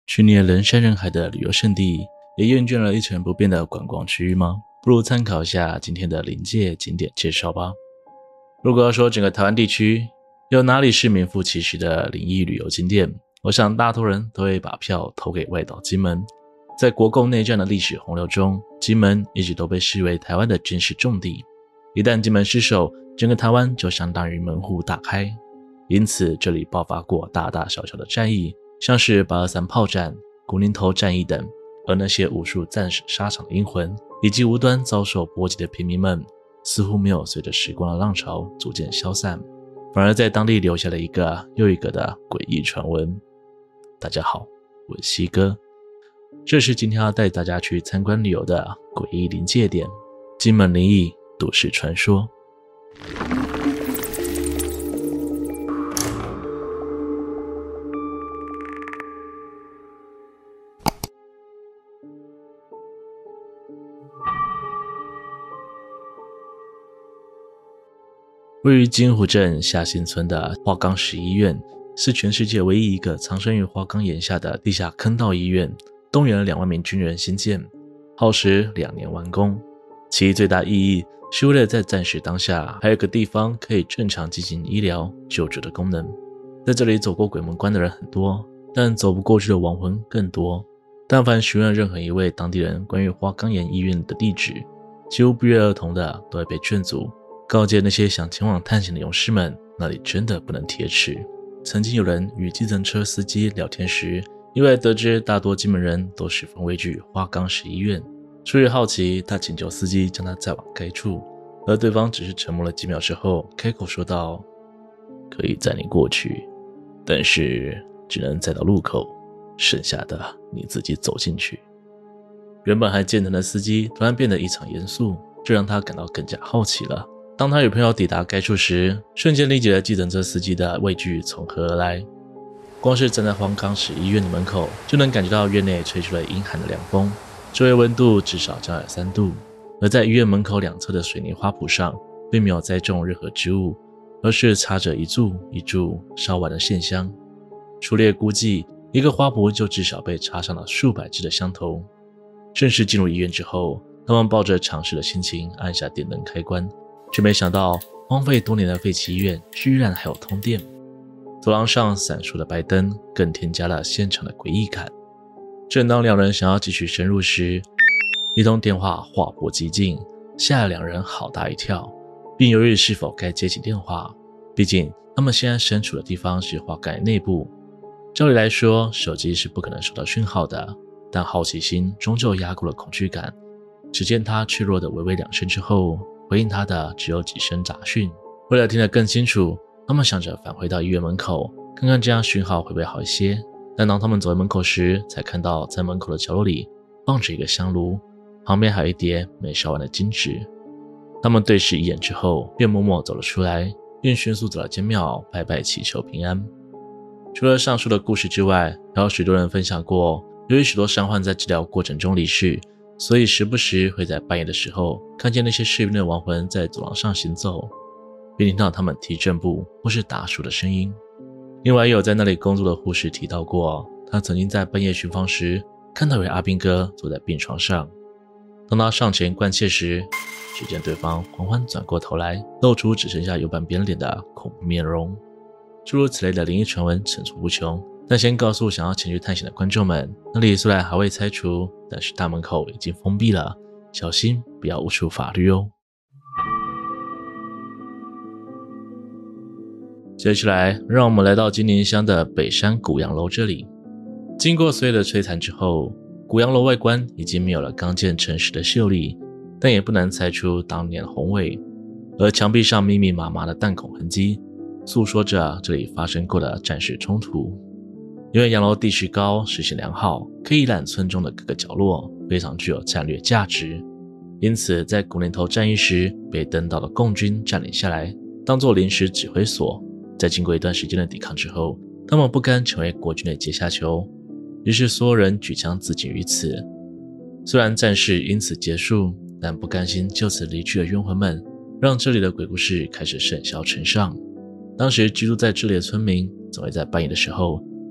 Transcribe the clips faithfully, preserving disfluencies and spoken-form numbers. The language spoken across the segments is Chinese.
去年人山人海的旅游胜地，也厌倦了一成不变的观光区域吗？不如参考一下今天的临界景点介绍吧。如果要说整个台湾地区有哪里是名副其实的灵异旅游景点，我想大多人都会把票投给外岛金门。在国共内战的历史洪流中，金门一直都被视为台湾的军事重地，一旦金门失守，整个台湾就相当于门户大开。因此这里爆发过大大小小的战役，像是八二三炮战、古宁头战役等，而那些无数战死沙场的英魂，以及无端遭受波及的平民们，似乎没有随着时光的浪潮逐渐消散，反而在当地留下了一个又一个的诡异传闻。大家好，我是西哥，这是今天要带大家去参观旅游的诡异临界点——金门灵异都市传说。位于金湖镇下新村的花岗石医院，是全世界唯一一个藏身于花岗岩下的地下坑道医院，动员了两万名军人兴建，耗时两年完工。其最大意义是为了在战时当下，还有个地方可以正常进行医疗救治的功能。在这里走过鬼门关的人很多，但走不过去的亡魂更多。但凡询问任何一位当地人关于花岗岩医院的地址，几乎不约而同的都会被劝阻，告诫那些想前往探险的勇士们，那里真的不能铁齿。曾经有人与计程车司机聊天时，意外得知大多金门人都十分畏惧花岗石医院。出于好奇，他请求司机将他载往该处，而对方只是沉默了几秒之后，开口说道：可以载你过去，但是只能载到路口，剩下的你自己走进去。原本还健谈的司机突然变得异常严肃，这让他感到更加好奇了。当他与朋友抵达该处时，瞬间理解了计程车司机的畏惧从何而来。光是站在花岗石医院的门口，就能感觉到院内吹出了阴寒的凉风，周围温度至少降了三度。而在医院门口两侧的水泥花圃上，并没有栽种任何植物，而是插着一柱一柱烧完的线香。粗略估计，一个花圃就至少被插上了数百支的香头。正式进入医院之后，他们抱着尝试的心情按下电灯开关，却没想到荒废多年的废弃医院居然还有通电。走廊上闪烁的白灯更添加了现场的诡异感。正当两人想要继续深入时，一通电话划拨即进，吓了两人好大一跳，并犹豫是否该接起电话。毕竟他们现在身处的地方是花岗岩内部，照理来说手机是不可能收到讯号的，但好奇心终究压过了恐惧感。只见他脆弱的微微两声之后，回应他的只有几声杂讯。为了听得更清楚，他们想着返回到医院门口，看看这样讯号会不会好一些。但当他们走进门口时，才看到在门口的角落里放着一个香炉，旁边还有一叠没烧完的金纸。他们对视一眼之后，便默默走了出来，并迅速走到间庙拜拜祈求平安。除了上述的故事之外，还有许多人分享过，由于许多伤患在治疗过程中离世，所以时不时会在半夜的时候看见那些士兵的亡魂在走廊上行走，并听到他们踢正步或是打鼠的声音。另外也有在那里工作的护士提到过，他曾经在半夜巡房时看到一位阿兵哥坐在病床上，当他上前关切时，只见对方缓缓转过头来，露出只剩下右半边脸的恐怖面容。诸如此类的灵异传闻层出不穷，但先告诉想要前去探险的观众们，那里虽然还未拆除，但是大门口已经封闭了，小心不要误触法律哦。接下来让我们来到金陵乡的北山古洋楼这里。经过岁月的摧残之后，古洋楼外观已经没有了刚建成时的秀丽，但也不难猜出当年的宏伟。而墙壁上密密麻麻的弹孔痕迹，诉说着这里发生过的战事冲突。因为洋楼地势高，视线良好，可以一览村中的各个角落，非常具有战略价值。因此在古宁头战役时被登岛的共军占领下来，当作临时指挥所。在经过一段时间的抵抗之后，他们不甘成为国军的阶下囚，于是所有人举枪自尽于此。虽然战事因此结束，但不甘心就此离去的冤魂们，让这里的鬼故事开始甚嚣尘上。当时居住在这里的村民总会在半夜的时候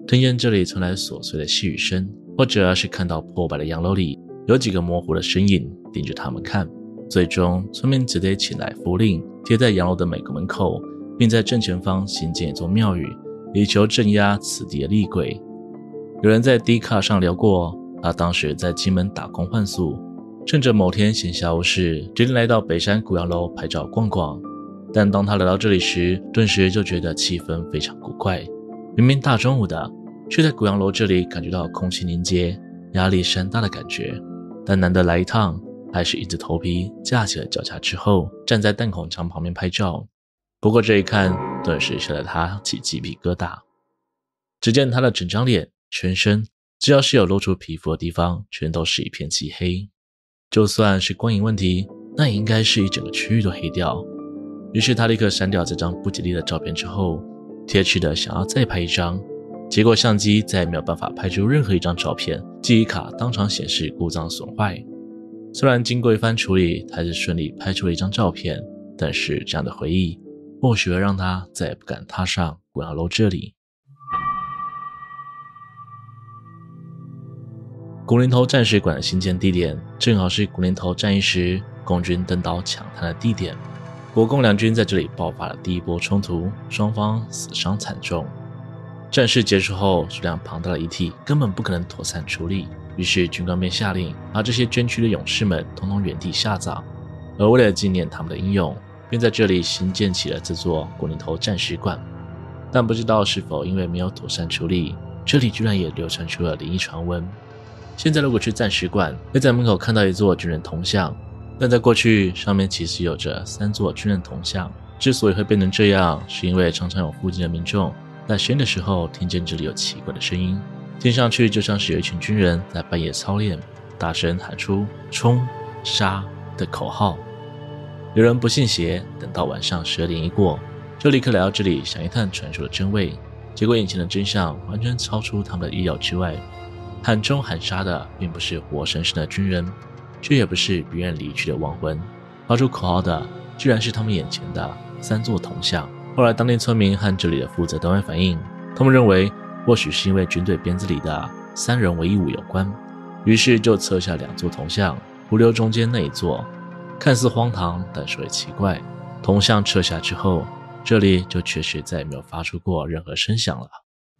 听见这里传来琐碎的细语声，或者是看到破败的洋楼里有几个模糊的身影盯着他们看。最终村民只得请来符令，贴在洋楼的每个门口，并在正前方新建一座庙宇，以求镇压此地的厉鬼。有人在 D 卡上聊过，他当时在金门打工换宿，趁着某天闲暇无事，决定来到北山古洋楼拍照逛逛。但当他来到这里时，顿时就觉得气氛非常古怪。明明大中午的，却在古洋楼这里感觉到空气凝结、压力山大的感觉。但难得来一趟，还是硬着头皮架起了脚架之后，站在弹孔墙旁边拍照。不过这一看，顿时吓得他起鸡皮疙瘩。只见他的整张脸、全身，只要是有露出皮肤的地方，全都是一片漆黑。就算是光影问题，那也应该是一整个区域都黑掉。于是他立刻删掉这张不吉利的照片之后，贴切的想要再拍一张，结果相机再也没有办法拍出任何一张照片，记忆卡当场显示故障损坏。虽然经过一番处理，还是顺利拍出了一张照片，但是这样的回忆或许会让他再也不敢踏上古洋楼这里。古林头战史馆的新建地点正好是古林头战役时共军登岛抢滩的地点，国共两军在这里爆发了第一波冲突，双方死伤惨重。战事结束后，数量庞大的遗体根本不可能妥善处理，于是军官便下令把这些捐躯的勇士们统统原地下葬，而为了纪念他们的英勇，便在这里新建起了这座古林头战史馆。但不知道是否因为没有妥善处理，这里居然也流传出了灵异传闻。现在如果去战史馆，会在门口看到一座军人铜像，但在过去上面其实有着三座军人铜像。之所以会变成这样，是因为常常有附近的民众在实验的时候听见这里有奇怪的声音，听上去就像是有一群军人在半夜操练，大声喊出冲杀的口号。有人不信邪，等到晚上十二点一过，就立刻来到这里想一探传说的真伪，结果眼前的真相完全超出他们的意料之外。喊冲喊杀的并不是活生生的军人，却也不是别人离去的亡魂，发出口号的居然是他们眼前的三座铜像。后来当地村民和这里的负责单位反映，他们认为或许是因为军队编制里的三人为一舞有关，于是就撤下两座铜像，不留中间那一座。看似荒唐，但说也奇怪，铜像撤下之后，这里就确实再也没有发出过任何声响了。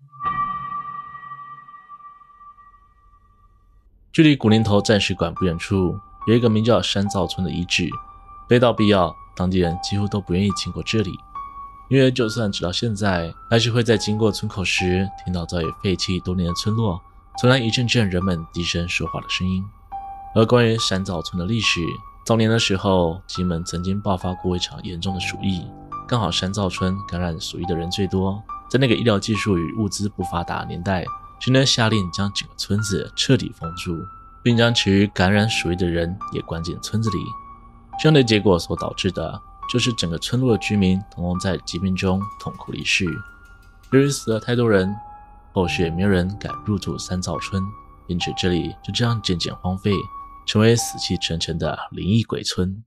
距离古林头战史馆不远处有一个名叫山灶村的遗址，非到必要，当地人几乎都不愿意经过这里，因为就算直到现在，还是会在经过村口时听到早已废弃多年的村落传来一阵阵人们低声说话的声音。而关于山灶村的历史，早年的时候金门曾经爆发过一场严重的鼠疫，刚好山灶村感染鼠疫的人最多，在那个医疗技术与物资不发达的年代，军人下令将整个村子彻底封住，并将其余感染鼠疫的人也关进村子里。这样的结果所导致的就是整个村落的居民统统在疾病中痛苦离世。由于死了太多人，后续也没有人敢入住山灶村，因此这里就这样渐渐荒废，成为死气沉沉的灵异鬼村。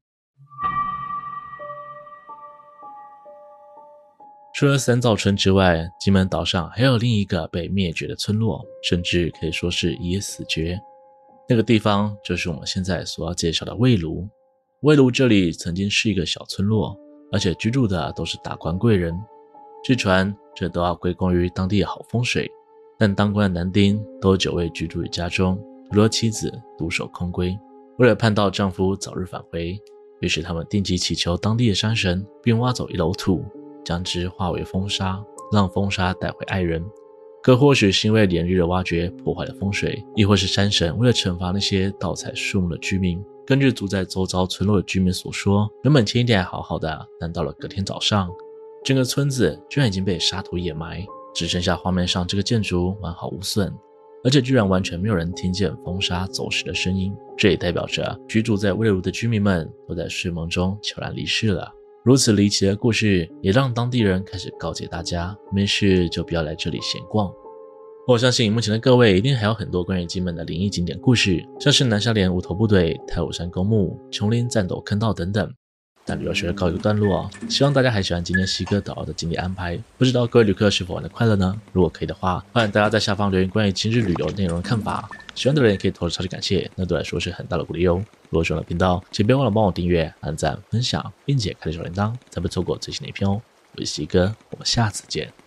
除了山灶村之外，金门岛上还有另一个被灭绝的村落，甚至可以说是已死绝。那个地方就是我们现在所要介绍的魏炉。魏炉这里曾经是一个小村落，而且居住的都是达官贵人。据传这都要归功于当地的好风水，但当官的男丁都久未居住于家中，除了妻子独守空闺。为了盼到丈夫早日返回，于是他们定期祈求当地的山神，并挖走一篓土，将之化为风沙，让风沙带回爱人。可或许是因为连日的挖掘破坏了风水，亦或是山神为了惩罚那些盗采树木的居民，根据住在周遭村落的居民所说，原本前一天还好好的，但到了隔天早上，整个村子居然已经被沙土掩埋，只剩下画面上这个建筑完好无损，而且居然完全没有人听见风沙走失的声音。这也代表着居住在魏炉的居民们都在睡梦中悄然离世了。如此离奇的故事也让当地人开始告诫大家，没事就不要来这里闲逛。我相信目前的各位一定还有很多关于金门的灵异景点故事，像是南沙连无头部队、太武山公墓、琼林战斗坑道等等， 但旅游学告一个段落哦。希望大家还喜欢今天西哥导游的景点安排，不知道各位旅客是否玩得快乐呢？如果可以的话，欢迎大家在下方留言关于今日旅游内容的看法。喜欢的人也可以投个超级感谢，那对我来说是很大的鼓励哦。如果喜欢我的频道，请别忘了帮我订阅、按赞、分享，并且开启小铃铛，才不会错过最新的一篇哦。我是西哥，我们下次见。